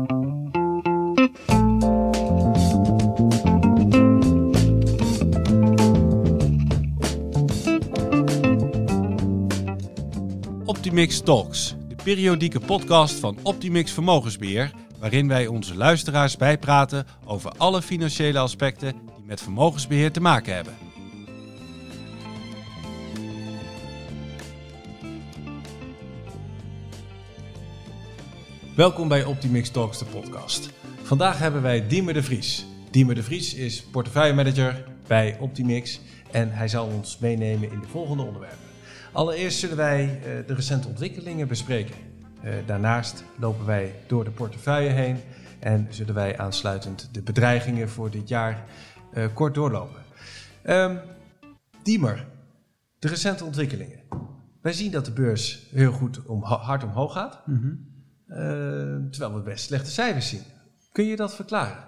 Optimix Talks, de periodieke podcast van Optimix Vermogensbeheer, waarin wij onze luisteraars bijpraten over alle financiële aspecten die met vermogensbeheer te maken hebben. Welkom bij Optimix Talks, de podcast. Vandaag hebben wij Diemer de Vries. Diemer de Vries is portefeuillemanager bij Optimix en hij zal ons meenemen in de volgende onderwerpen. Allereerst zullen wij de recente ontwikkelingen bespreken. Daarnaast lopen wij door de portefeuille heen en zullen wij aansluitend de bedreigingen voor dit jaar kort doorlopen. Diemer, de recente ontwikkelingen. Wij zien dat de beurs heel goed hard omhoog gaat, terwijl we best slechte cijfers zien. Kun je dat verklaren?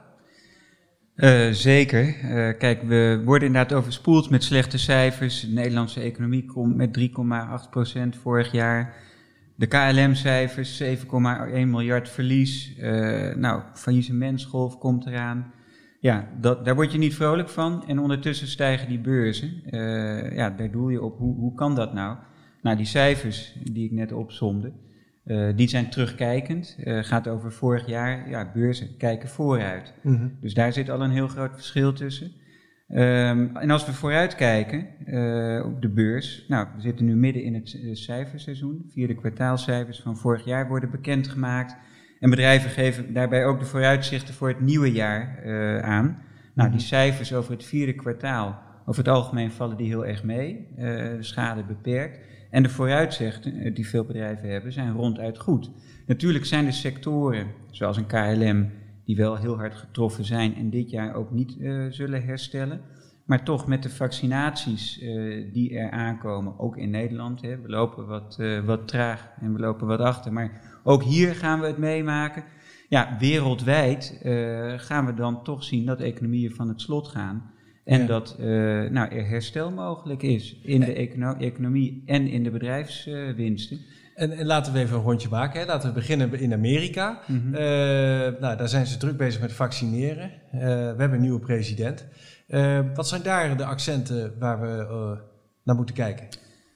Zeker. Kijk, we worden inderdaad overspoeld met slechte cijfers. De Nederlandse economie komt met 3,8% vorig jaar. De KLM-cijfers, 7,1 miljard verlies. Faillissementsgolf komt eraan. Ja, daar word je niet vrolijk van. En ondertussen stijgen die beurzen. Daar doel je op. Hoe kan dat nou? Nou, die cijfers die ik net opsomde, die zijn terugkijkend. Gaat over vorig jaar. Ja, beurzen kijken vooruit. Mm-hmm. Dus daar zit al een heel groot verschil tussen. En als we vooruit kijken op de beurs. Nou, we zitten nu midden in het cijferseizoen. 4e kwartaalcijfers van vorig jaar worden bekendgemaakt. En bedrijven geven daarbij ook de vooruitzichten voor het nieuwe jaar aan. Nou, die cijfers over het 4e kwartaal, over het algemeen vallen die heel erg mee. De schade beperkt. En de vooruitzichten die veel bedrijven hebben zijn ronduit goed. Natuurlijk zijn er sectoren, zoals een KLM, die wel heel hard getroffen zijn en dit jaar ook niet zullen herstellen. Maar toch met de vaccinaties die er aankomen, ook in Nederland. We lopen wat traag en we lopen wat achter. Maar ook hier gaan we het meemaken. Ja, wereldwijd gaan we dan toch zien dat economieën van het slot gaan. En dat er herstel mogelijk is in de economie en in de bedrijfswinsten. En laten we even een rondje maken. Hè. Laten we beginnen in Amerika. Mm-hmm. Daar zijn ze druk bezig met vaccineren. We hebben een nieuwe president. Wat zijn daar de accenten waar we naar moeten kijken?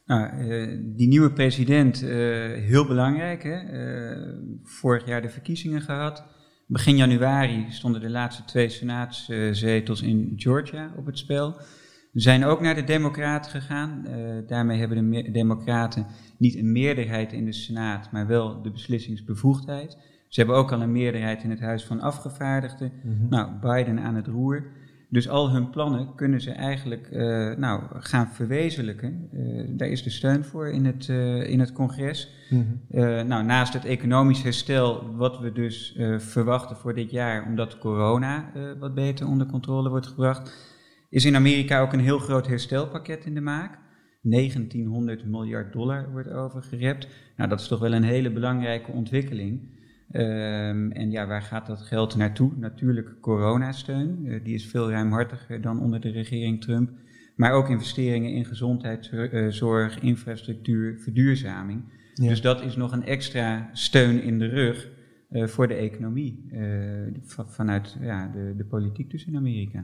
Die nieuwe president, heel belangrijk. Hè? Vorig jaar de verkiezingen gehad. Begin januari stonden de laatste 2 senaatszetels in Georgia op het spel. We zijn ook naar de Democraten gegaan. Daarmee hebben de Democraten niet een meerderheid in de Senaat, maar wel de beslissingsbevoegdheid. Ze hebben ook al een meerderheid in het Huis van Afgevaardigden. Mm-hmm. Nou, Biden aan het roer. Dus al hun plannen kunnen ze eigenlijk gaan verwezenlijken. Daar is de steun voor in het congres. Mm-hmm. Naast het economisch herstel, wat we dus verwachten voor dit jaar, omdat corona wat beter onder controle wordt gebracht, is in Amerika ook een heel groot herstelpakket in de maak. $1900 miljard wordt overgerept. Nou, dat is toch wel een hele belangrijke ontwikkeling. Waar gaat dat geld naartoe? Natuurlijk coronasteun, die is veel ruimhartiger dan onder de regering Trump. Maar ook investeringen in gezondheidszorg, infrastructuur, verduurzaming. Ja. Dus dat is nog een extra steun in de rug voor de economie vanuit de politiek dus in Amerika.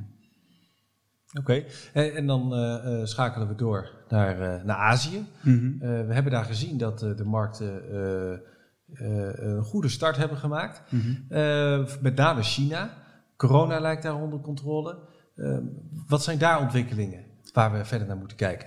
Oké. En dan schakelen we door naar Azië. Mm-hmm. We hebben daar gezien dat de markten een goede start hebben gemaakt. Mm-hmm. Met name China. Corona lijkt daar onder controle. Wat zijn daar ontwikkelingen waar we verder naar moeten kijken?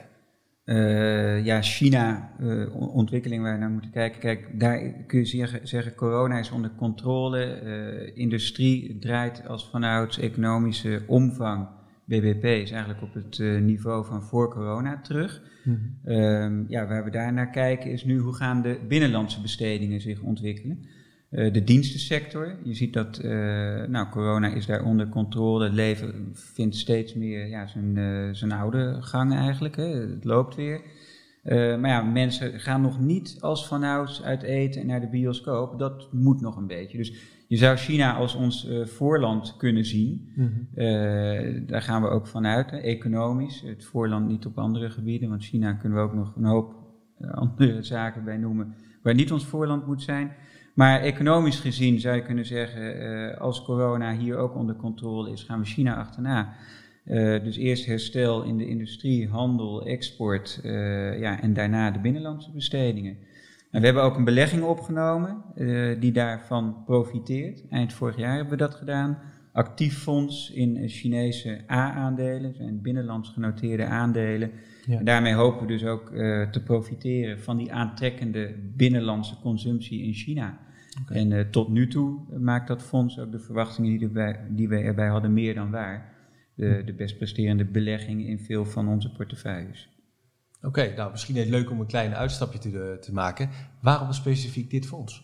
China, ontwikkeling waar we naar moeten kijken. Kijk, daar kun je zeggen, corona is onder controle. Industrie draait als vanouds, economische omvang, BBP, is eigenlijk op het niveau van voor corona terug. Mm-hmm. Waar we daar naar kijken is nu, hoe gaan de binnenlandse bestedingen zich ontwikkelen? De dienstensector, je ziet dat corona is daar onder controle. Het leven vindt steeds meer zijn oude gang eigenlijk. Hè. Het loopt weer. Mensen gaan nog niet als vanouds uit eten en naar de bioscoop. Dat moet nog een beetje. Dus je zou China als ons voorland kunnen zien. Mm-hmm. Daar gaan we ook vanuit, economisch. Het voorland niet op andere gebieden, want China kunnen we ook nog een hoop andere zaken bij noemen waar niet ons voorland moet zijn. Maar economisch gezien zou je kunnen zeggen, als corona hier ook onder controle is, gaan we China achterna. Dus eerst herstel in de industrie, handel, export en daarna de binnenlandse bestedingen. En we hebben ook een belegging opgenomen die daarvan profiteert. Eind vorig jaar hebben we dat gedaan. Actief fonds in Chinese A-aandelen, zijn binnenlands genoteerde aandelen. Ja. En daarmee hopen we dus ook te profiteren van die aantrekkende binnenlandse consumptie in China. Okay. En tot nu toe maakt dat fonds ook de verwachtingen die we erbij hadden meer dan waar. De best presterende belegging in veel van onze portefeuilles. Oké, nou misschien is het leuk om een klein uitstapje te maken. Waarom specifiek dit fonds?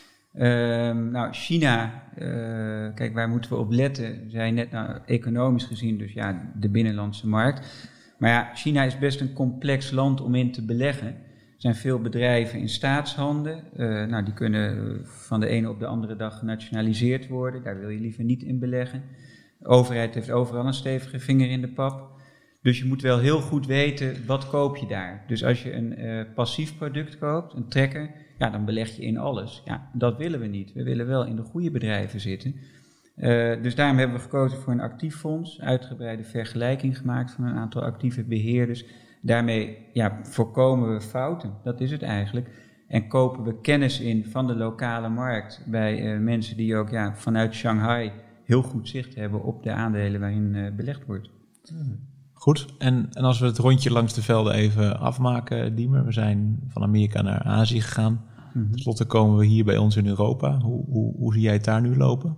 China, kijk, waar moeten we op letten? Zei net, economisch gezien, dus ja, de binnenlandse markt. Maar ja, China is best een complex land om in te beleggen. Er zijn veel bedrijven in staatshanden. Die kunnen van de ene op de andere dag genationaliseerd worden. Daar wil je liever niet in beleggen. De overheid heeft overal een stevige vinger in de pap. Dus je moet wel heel goed weten, wat koop je daar? Dus als je een passief product koopt, een trekker, ja, dan beleg je in alles. Ja, dat willen we niet. We willen wel in de goede bedrijven zitten. Dus daarom hebben we gekozen voor een actief fonds, uitgebreide vergelijking gemaakt van een aantal actieve beheerders. Daarmee voorkomen we fouten, dat is het eigenlijk. En kopen we kennis in van de lokale markt bij mensen die ook vanuit Shanghai heel goed zicht hebben op de aandelen waarin belegd wordt. Goed, en als we het rondje langs de velden even afmaken, Diemer, we zijn van Amerika naar Azië gegaan. Ten slotte komen we hier bij ons in Europa. Hoe zie jij het daar nu lopen?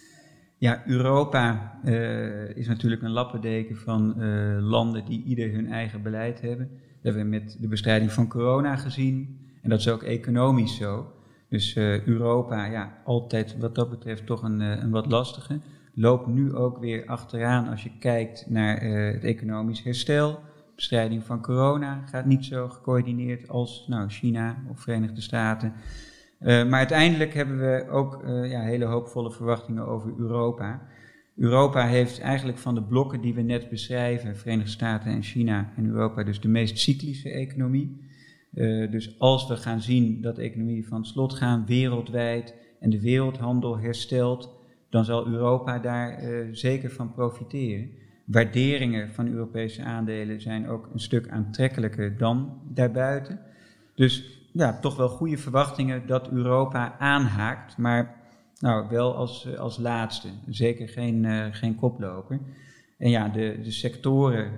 Ja, Europa is natuurlijk een lappendeken van landen die ieder hun eigen beleid hebben. Dat hebben we met de bestrijding van corona gezien en dat is ook economisch zo. Dus Europa, altijd wat dat betreft toch een wat lastige. Loopt nu ook weer achteraan als je kijkt naar het economisch herstel. Bestrijding van corona gaat niet zo gecoördineerd als China of Verenigde Staten. Maar uiteindelijk hebben we ook hele hoopvolle verwachtingen over Europa. Europa heeft eigenlijk van de blokken die we net beschrijven, Verenigde Staten en China en Europa, dus de meest cyclische economie. Dus als we gaan zien dat de economie van slot gaan wereldwijd en de wereldhandel herstelt, dan zal Europa daar zeker van profiteren. Waarderingen van Europese aandelen zijn ook een stuk aantrekkelijker dan daarbuiten. Dus toch wel goede verwachtingen dat Europa aanhaakt, maar wel als laatste. Zeker geen koploper. En de sectoren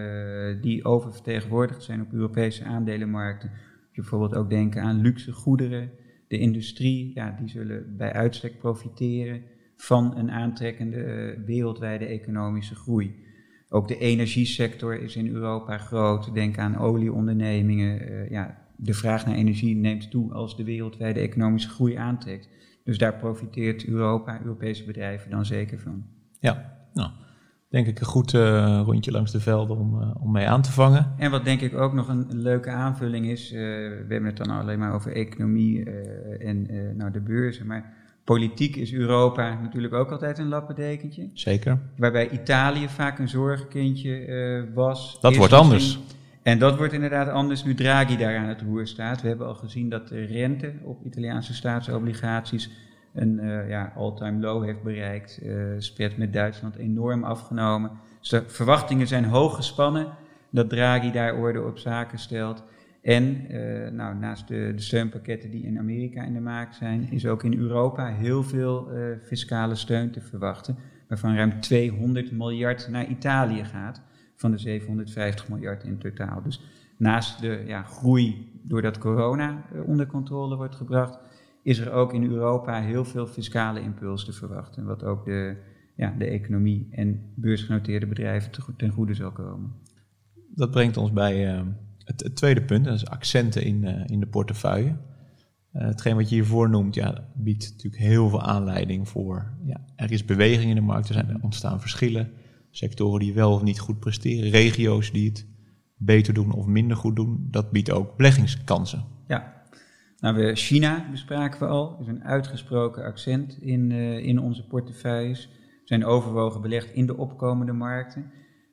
die oververtegenwoordigd zijn op Europese aandelenmarkten, je bijvoorbeeld ook denken aan luxe goederen, de industrie, die zullen bij uitstek profiteren van een aantrekkende wereldwijde economische groei. Ook de energiesector is in Europa groot. Denk aan olieondernemingen. De vraag naar energie neemt toe als de wereldwijde economische groei aantrekt. Dus daar profiteert Europese bedrijven dan zeker van. Ja, denk ik een goed rondje langs de velden om mee aan te vangen. En wat denk ik ook nog een leuke aanvulling is, we hebben het dan alleen maar over economie en de beurzen, maar politiek is Europa natuurlijk ook altijd een lappendekentje. Zeker. Waarbij Italië vaak een zorgkindje was. Dat wordt anders. En dat wordt inderdaad anders nu Draghi daar aan het roer staat. We hebben al gezien dat de rente op Italiaanse staatsobligaties een all-time low heeft bereikt. Spread met Duitsland enorm afgenomen. Dus de verwachtingen zijn hoog gespannen dat Draghi daar orde op zaken stelt. En naast de steunpakketten die in Amerika in de maak zijn, is ook in Europa heel veel fiscale steun te verwachten, waarvan ruim 200 miljard naar Italië gaat, van de 750 miljard in totaal. Dus naast de groei doordat corona onder controle wordt gebracht, is er ook in Europa heel veel fiscale impuls te verwachten, wat ook de economie en beursgenoteerde bedrijven ten goede zal komen. Dat brengt ons bij het tweede punt, dat is accenten in de portefeuille. Hetgeen wat je hiervoor noemt, biedt natuurlijk heel veel aanleiding voor. Er is beweging in de markt, er ontstaan verschillen. Sectoren die wel of niet goed presteren, regio's die het beter doen of minder goed doen. Dat biedt ook beleggingskansen. Ja, China bespraken we al. Er is een uitgesproken accent in onze portefeuilles. We zijn overwogen belegd in de opkomende markten.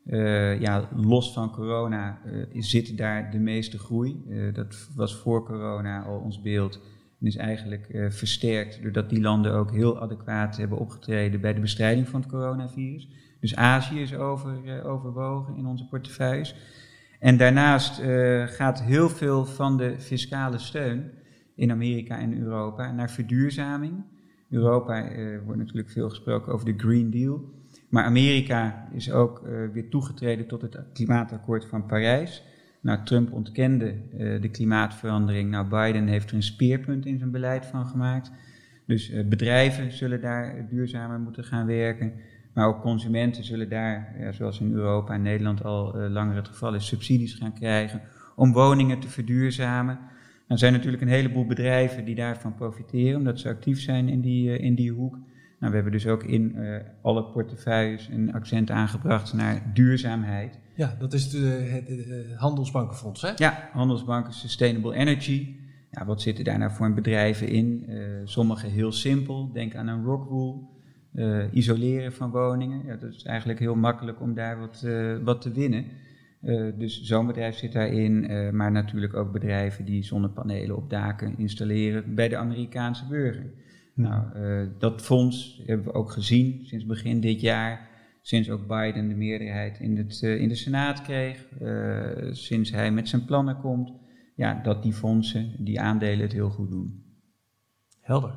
Los van corona zit daar de meeste groei. Dat was voor corona al ons beeld. En is eigenlijk versterkt doordat die landen ook heel adequaat hebben opgetreden bij de bestrijding van het coronavirus. Dus Azië is overwogen in onze portefeuilles. En daarnaast gaat heel veel van de fiscale steun in Amerika en Europa naar verduurzaming. Europa wordt natuurlijk veel gesproken over de Green Deal. Maar Amerika is ook weer toegetreden tot het klimaatakkoord van Parijs. Nou, Trump ontkende de klimaatverandering. Nou, Biden heeft er een speerpunt in zijn beleid van gemaakt. Dus bedrijven zullen daar duurzamer moeten gaan werken. Maar ook consumenten zullen daar, zoals in Europa en Nederland al langer het geval is, subsidies gaan krijgen om woningen te verduurzamen. Er zijn natuurlijk een heleboel bedrijven die daarvan profiteren, omdat ze actief zijn in die hoek. Nou, we hebben dus ook in alle portefeuilles een accent aangebracht naar duurzaamheid. Ja, dat is het Handelsbankenfonds, hè? Ja, Handelsbanken Sustainable Energy. Ja, wat zitten daar nou voor bedrijven in? Sommige heel simpel, denk aan een Rockwool. Isoleren van woningen. Ja, dat is eigenlijk heel makkelijk om daar wat te winnen. Dus zo'n bedrijf zit daarin, maar natuurlijk ook bedrijven die zonnepanelen op daken installeren bij de Amerikaanse burger. Nou, dat fonds hebben we ook gezien sinds begin dit jaar, sinds ook Biden de meerderheid in de Senaat kreeg, sinds hij met zijn plannen komt, ja, dat die fondsen, die aandelen het heel goed doen. Helder.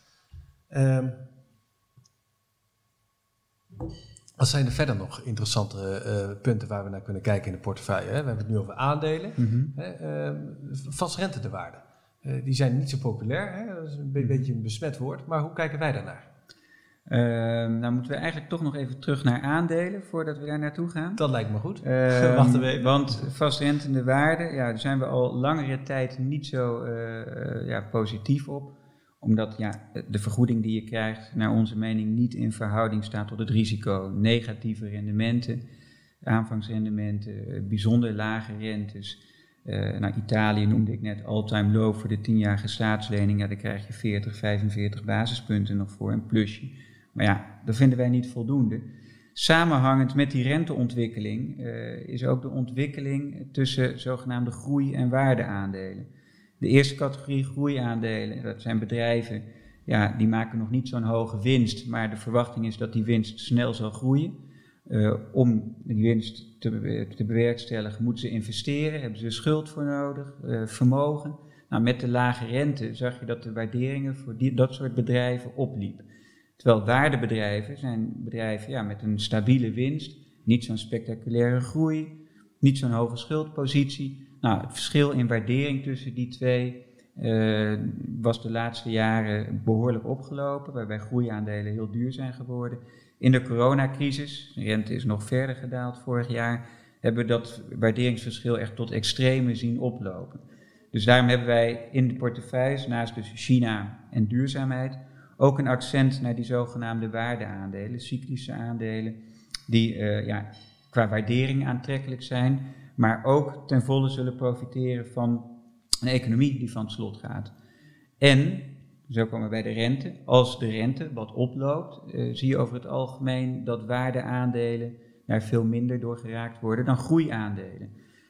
Wat zijn er verder nog interessante punten waar we naar kunnen kijken in de portefeuille? Hè? We hebben het nu over aandelen. Vastrentewaarden. Die zijn niet zo populair. Hè? Dat is een beetje een besmet woord. Maar hoe kijken wij daarnaar? Nou moeten we eigenlijk toch nog even terug naar aandelen voordat we daar naartoe gaan. Dat lijkt me goed. Wachten we even. Want vastrentende waarden, ja, daar zijn we al langere tijd niet zo positief op. Omdat de vergoeding die je krijgt, naar onze mening, niet in verhouding staat tot het risico. Negatieve rendementen, aanvangsrendementen, bijzonder lage rentes. Italië noemde ik net all-time low voor de 10-jarige staatslening. Ja, daar krijg je 40, 45 basispunten nog voor, een plusje. Maar ja, dat vinden wij niet voldoende. Samenhangend met die renteontwikkeling is ook de ontwikkeling tussen zogenaamde groei- en waardeaandelen. De eerste categorie groeiaandelen, dat zijn bedrijven, die maken nog niet zo'n hoge winst, maar de verwachting is dat die winst snel zal groeien. Om die winst te bewerkstelligen moeten ze investeren, hebben ze schuld voor nodig, vermogen. Nou, met de lage rente zag je dat de waarderingen voor dat soort bedrijven opliepen. Terwijl waardebedrijven zijn bedrijven met een stabiele winst, niet zo'n spectaculaire groei, niet zo'n hoge schuldpositie. Nou, het verschil in waardering tussen die twee was de laatste jaren behoorlijk opgelopen, waarbij groeiaandelen heel duur zijn geworden. In de coronacrisis, de rente is nog verder gedaald vorig jaar, hebben we dat waarderingsverschil echt tot extreme zien oplopen. Dus daarom hebben wij in de portefeuilles, naast dus China en duurzaamheid, ook een accent naar die zogenaamde waardeaandelen, cyclische aandelen, die qua waardering aantrekkelijk zijn, maar ook ten volle zullen profiteren van een economie die van het slot gaat. En, zo komen we bij de rente, als de rente wat oploopt, zie je over het algemeen dat waardeaandelen daar veel minder door geraakt worden dan groeiaandelen.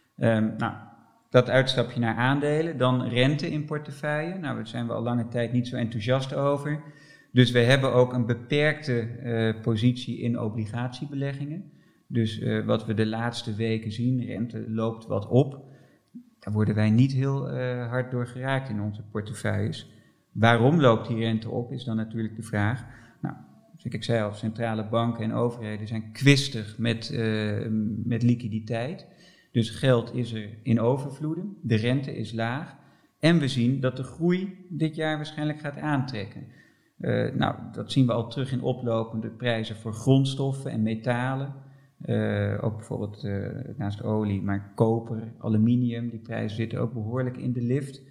Dat uitstapje naar aandelen, dan rente in portefeuille. Nou, daar zijn we al lange tijd niet zo enthousiast over. Dus we hebben ook een beperkte positie in obligatiebeleggingen. Dus wat we de laatste weken zien, rente loopt wat op. Daar worden wij niet heel hard door geraakt in onze portefeuilles. Waarom loopt die rente op, is dan natuurlijk de vraag. Nou, zoals ik zei al, centrale banken en overheden zijn kwistig met liquiditeit. Dus geld is er in overvloeden, de rente is laag. En we zien dat de groei dit jaar waarschijnlijk gaat aantrekken. Dat zien we al terug in oplopende prijzen voor grondstoffen en metalen. Ook bijvoorbeeld naast olie, maar koper, aluminium, die prijzen zitten ook behoorlijk in de lift.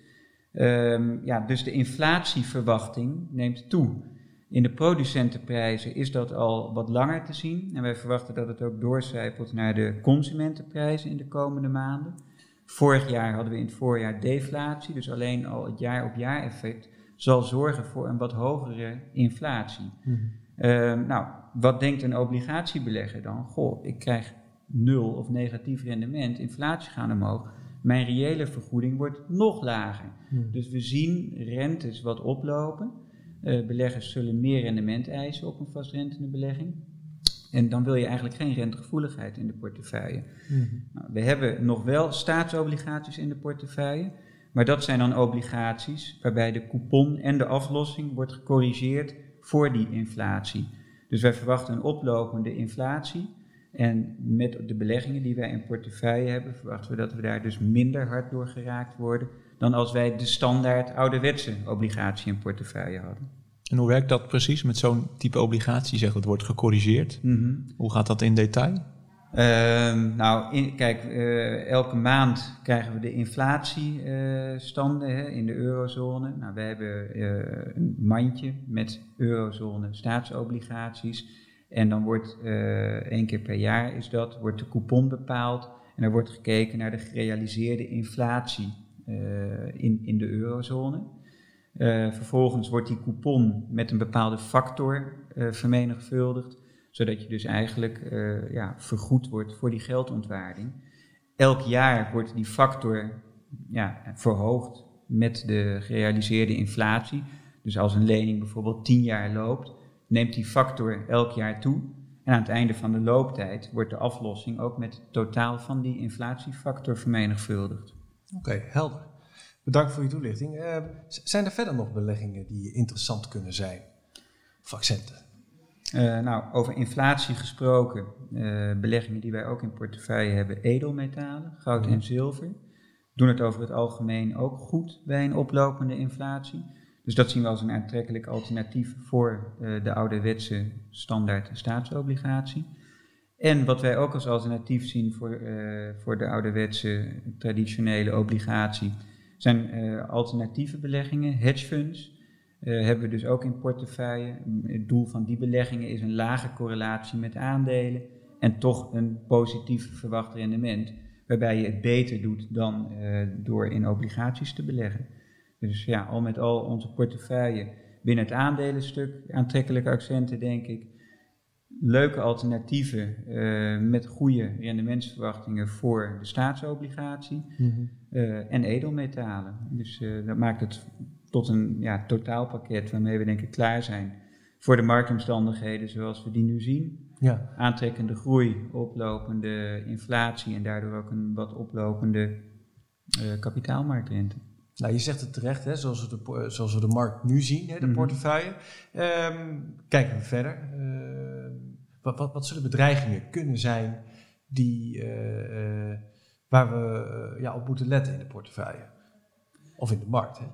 Dus de inflatieverwachting neemt toe. In de producentenprijzen is dat al wat langer te zien. En wij verwachten dat het ook doorcijpelt naar de consumentenprijzen in de komende maanden. Vorig jaar hadden we in het voorjaar deflatie, dus alleen al het jaar-op-jaar effect zal zorgen voor een wat hogere inflatie. Wat denkt een obligatiebelegger dan? Goh, ik krijg 0 of negatief rendement, inflatie gaat omhoog. Mijn reële vergoeding wordt nog lager. Dus we zien rentes wat oplopen. Beleggers zullen meer rendement eisen op een vastrentende belegging. En dan wil je eigenlijk geen rentegevoeligheid in de portefeuille. Nou, we hebben nog wel staatsobligaties in de portefeuille. Maar dat zijn dan obligaties waarbij de coupon en de aflossing wordt gecorrigeerd voor die inflatie. Dus wij verwachten een oplopende inflatie. En met de beleggingen die wij in portefeuille hebben, verwachten we dat we daar dus minder hard door geraakt worden dan als wij de standaard ouderwetse obligatie in portefeuille hadden. En hoe werkt dat precies met zo'n type obligatie? Je zegt het wordt gecorrigeerd. Hoe gaat dat in detail? Elke maand krijgen we de inflatiestanden in de eurozone. Nou, we hebben een mandje met eurozone staatsobligaties. En dan wordt 1 keer per jaar wordt de coupon bepaald. En er wordt gekeken naar de gerealiseerde inflatie in de eurozone. Vervolgens wordt die coupon met een bepaalde factor vermenigvuldigd, zodat je dus eigenlijk vergoed wordt voor die geldontwaarding. Elk jaar wordt die factor verhoogd met de gerealiseerde inflatie. Dus als een lening bijvoorbeeld 10 jaar loopt, neemt die factor elk jaar toe. En aan het einde van de looptijd wordt de aflossing ook met het totaal van die inflatiefactor vermenigvuldigd. Oké, helder. Bedankt voor je toelichting. Zijn er verder nog beleggingen die interessant kunnen zijn? Of accenten? Over inflatie gesproken, beleggingen die wij ook in portefeuille hebben, edelmetalen, goud en zilver, doen het over het algemeen ook goed bij een oplopende inflatie. Dus dat zien we als een aantrekkelijk alternatief voor de ouderwetse standaard staatsobligatie. En wat wij ook als alternatief zien voor de ouderwetse traditionele obligatie zijn alternatieve beleggingen, hedgefunds. Hebben we dus ook in portefeuille. Het doel van die beleggingen is een lage correlatie met aandelen en toch een positief verwacht rendement, waarbij je het beter doet dan door in obligaties te beleggen. Dus ja, al met al onze portefeuille binnen het aandelenstuk, aantrekkelijke accenten denk ik. Leuke alternatieven met goede rendementsverwachtingen voor de staatsobligatie en edelmetalen. Dus dat maakt het tot een totaalpakket waarmee we denk ik klaar zijn voor de marktomstandigheden zoals we die nu zien. Ja. Aantrekkende groei, oplopende inflatie en daardoor ook een wat oplopende kapitaalmarktrente. Nou, je zegt het terecht, hè, zoals we de markt nu zien, hè, de portefeuille. Kijken we verder. Wat zullen bedreigingen kunnen zijn waar we op moeten letten in de portefeuille? Of in de markt, hè?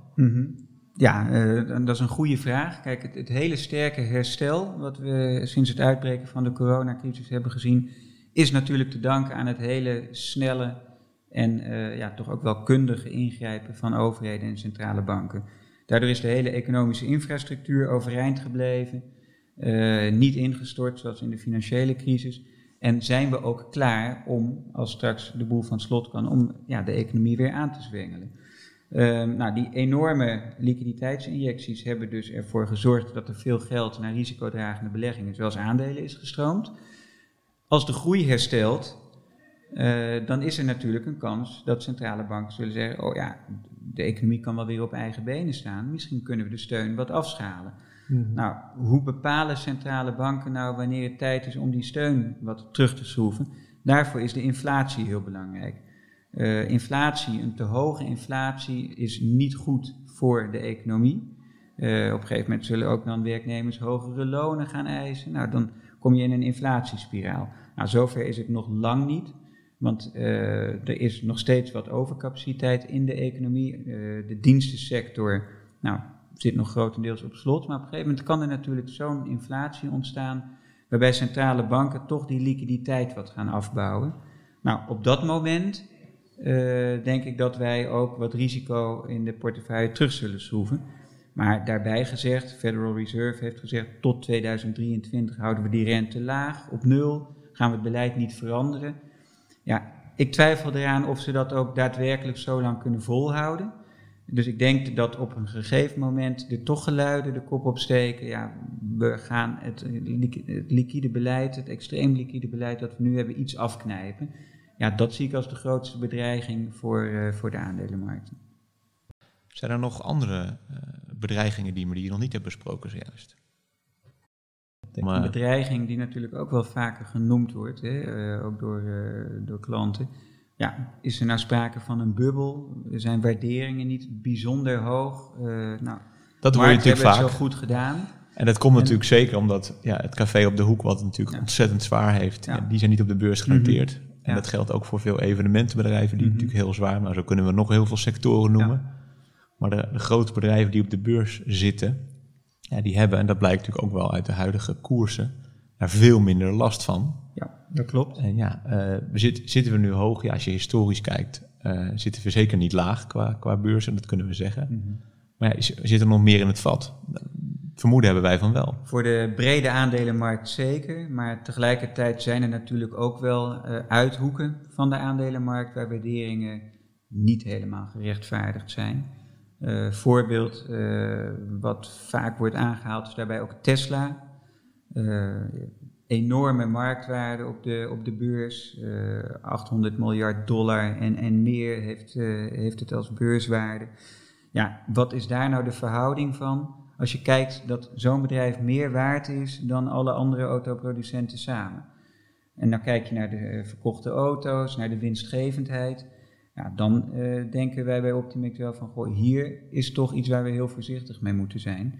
Dat is een goede vraag. Kijk, het hele sterke herstel wat we sinds het uitbreken van de coronacrisis hebben gezien, is natuurlijk te danken aan het hele snelle en toch ook wel kundige ingrijpen van overheden en centrale banken. Daardoor is de hele economische infrastructuur overeind gebleven, niet ingestort zoals in de financiële crisis. En zijn we ook klaar om, als straks de boel van slot kan, om de economie weer aan te zwengelen. Die enorme liquiditeitsinjecties hebben dus ervoor gezorgd dat er veel geld naar risicodragende beleggingen, zoals aandelen, is gestroomd. Als de groei herstelt, dan is er natuurlijk een kans dat centrale banken zullen zeggen, de economie kan wel weer op eigen benen staan, misschien kunnen we de steun wat afschalen. Nou, hoe bepalen centrale banken nou wanneer het tijd is om die steun wat terug te schroeven? Daarvoor is de inflatie heel belangrijk. Een te hoge inflatie is niet goed voor de economie. Op een gegeven moment zullen ook dan werknemers hogere lonen gaan eisen. Nou, dan kom je in een inflatiespiraal. Nou, zover is het nog lang niet. Want er is nog steeds wat overcapaciteit in de economie. De dienstensector zit nog grotendeels op slot. Maar op een gegeven moment kan er natuurlijk zo'n inflatie ontstaan, waarbij centrale banken toch die liquiditeit wat gaan afbouwen. Nou, op dat moment denk ik dat wij ook wat risico in de portefeuille terug zullen schroeven. Maar daarbij gezegd, Federal Reserve heeft gezegd, tot 2023 houden we die rente laag, op 0, gaan we het beleid niet veranderen. Ja, ik twijfel eraan of ze dat ook daadwerkelijk zo lang kunnen volhouden. Dus ik denk dat op een gegeven moment er toch geluiden de kop opsteken. Ja, we gaan het liquide beleid, het extreem liquide beleid dat we nu hebben, iets afknijpen. Ja, dat zie ik als de grootste bedreiging voor de aandelenmarkten. Zijn er nog andere bedreigingen die je nog niet hebt besproken zojuist? Een bedreiging die natuurlijk ook wel vaker genoemd wordt, ook door klanten. Ja, is er nou sprake van een bubbel? Zijn waarderingen niet bijzonder hoog? Dat hoor je natuurlijk vaak. Het zo goed gedaan. En dat komt natuurlijk zeker omdat het café op de hoek, wat het natuurlijk ontzettend zwaar heeft, die zijn niet op de beurs genoteerd. Mm-hmm. En dat geldt ook voor veel evenementenbedrijven, die natuurlijk heel zwaar, maar zo kunnen we nog heel veel sectoren noemen. Ja. Maar de grote bedrijven die op de beurs zitten, die hebben, en dat blijkt natuurlijk ook wel uit de huidige koersen, daar veel minder last van. Ja, dat klopt. En zitten we nu hoog? Ja, als je historisch kijkt, zitten we zeker niet laag qua beurzen, dat kunnen we zeggen. Mm-hmm. Maar zit er nog meer in het vat? Vermoeden hebben wij van wel. Voor de brede aandelenmarkt zeker, maar tegelijkertijd zijn er natuurlijk ook wel uithoeken van de aandelenmarkt waar waarderingen niet helemaal gerechtvaardigd zijn. Voorbeeld wat vaak wordt aangehaald is daarbij ook Tesla. Enorme marktwaarde op de beurs, $800 miljard en meer heeft het als beurswaarde. Ja, wat is daar nou de verhouding van? Als je kijkt dat zo'n bedrijf meer waard is dan alle andere autoproducenten samen. En dan kijk je naar de verkochte auto's, naar de winstgevendheid. Ja, dan denken wij bij Optimex wel van, hier is toch iets waar we heel voorzichtig mee moeten zijn.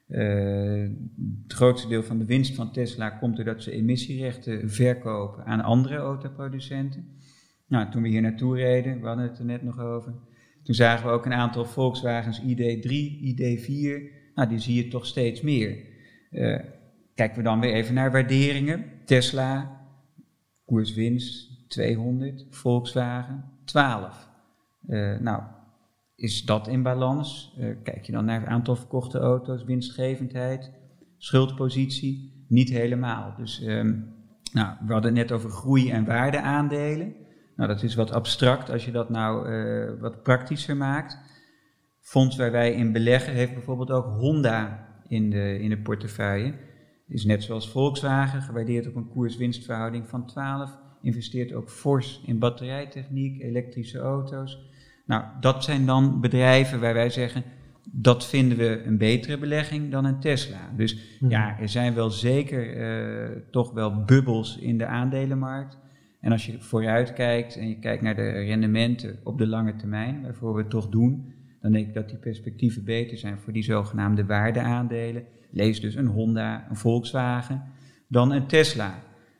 Het grootste deel van de winst van Tesla komt doordat ze emissierechten verkopen aan andere autoproducenten. Nou, toen we hier naartoe reden, we hadden het er net nog over, toen zagen we ook een aantal Volkswagens ID3, ID4, nou, die zie je toch steeds meer. Kijken we dan weer even naar waarderingen. Tesla, koerswinst 200, Volkswagen 12. Nou, is dat in balans? Kijk je dan naar het aantal verkochte auto's, winstgevendheid, schuldpositie? Niet helemaal. Dus we hadden het net over groei- en waardeaandelen. Nou, dat is wat abstract als je dat nou wat praktischer maakt. Fonds waar wij in beleggen heeft bijvoorbeeld ook Honda in de portefeuille. Is net zoals Volkswagen, gewaardeerd op een koers-winstverhouding van 12. Investeert ook fors in batterijtechniek, elektrische auto's. Nou, dat zijn dan bedrijven waar wij zeggen, dat vinden we een betere belegging dan een Tesla. Dus er zijn wel zeker toch wel bubbels in de aandelenmarkt. En als je vooruit kijkt en je kijkt naar de rendementen op de lange termijn, waarvoor we het toch doen, dan denk ik dat die perspectieven beter zijn voor die zogenaamde waardeaandelen. Lees dus een Honda, een Volkswagen, dan een Tesla.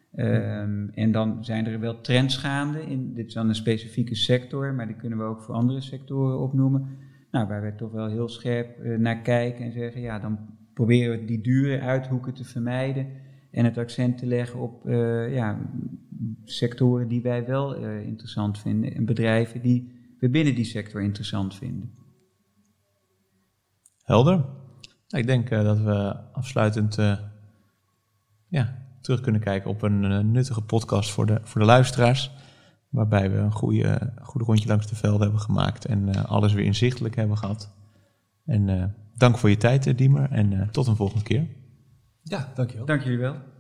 En dan zijn er wel trends gaande. Dit is dan een specifieke sector, maar die kunnen we ook voor andere sectoren opnoemen. Nou, waar we toch wel heel scherp naar kijken en zeggen, dan proberen we die dure uithoeken te vermijden en het accent te leggen op sectoren die wij wel interessant vinden en bedrijven die we binnen die sector interessant vinden. Helder. Ik denk dat we afsluitend terug kunnen kijken op een nuttige podcast voor de luisteraars. Waarbij we een goed rondje langs de velden hebben gemaakt en alles weer inzichtelijk hebben gehad. En dank voor je tijd, Diemer, en tot een volgende keer. Ja, dankjewel. Dank jullie wel.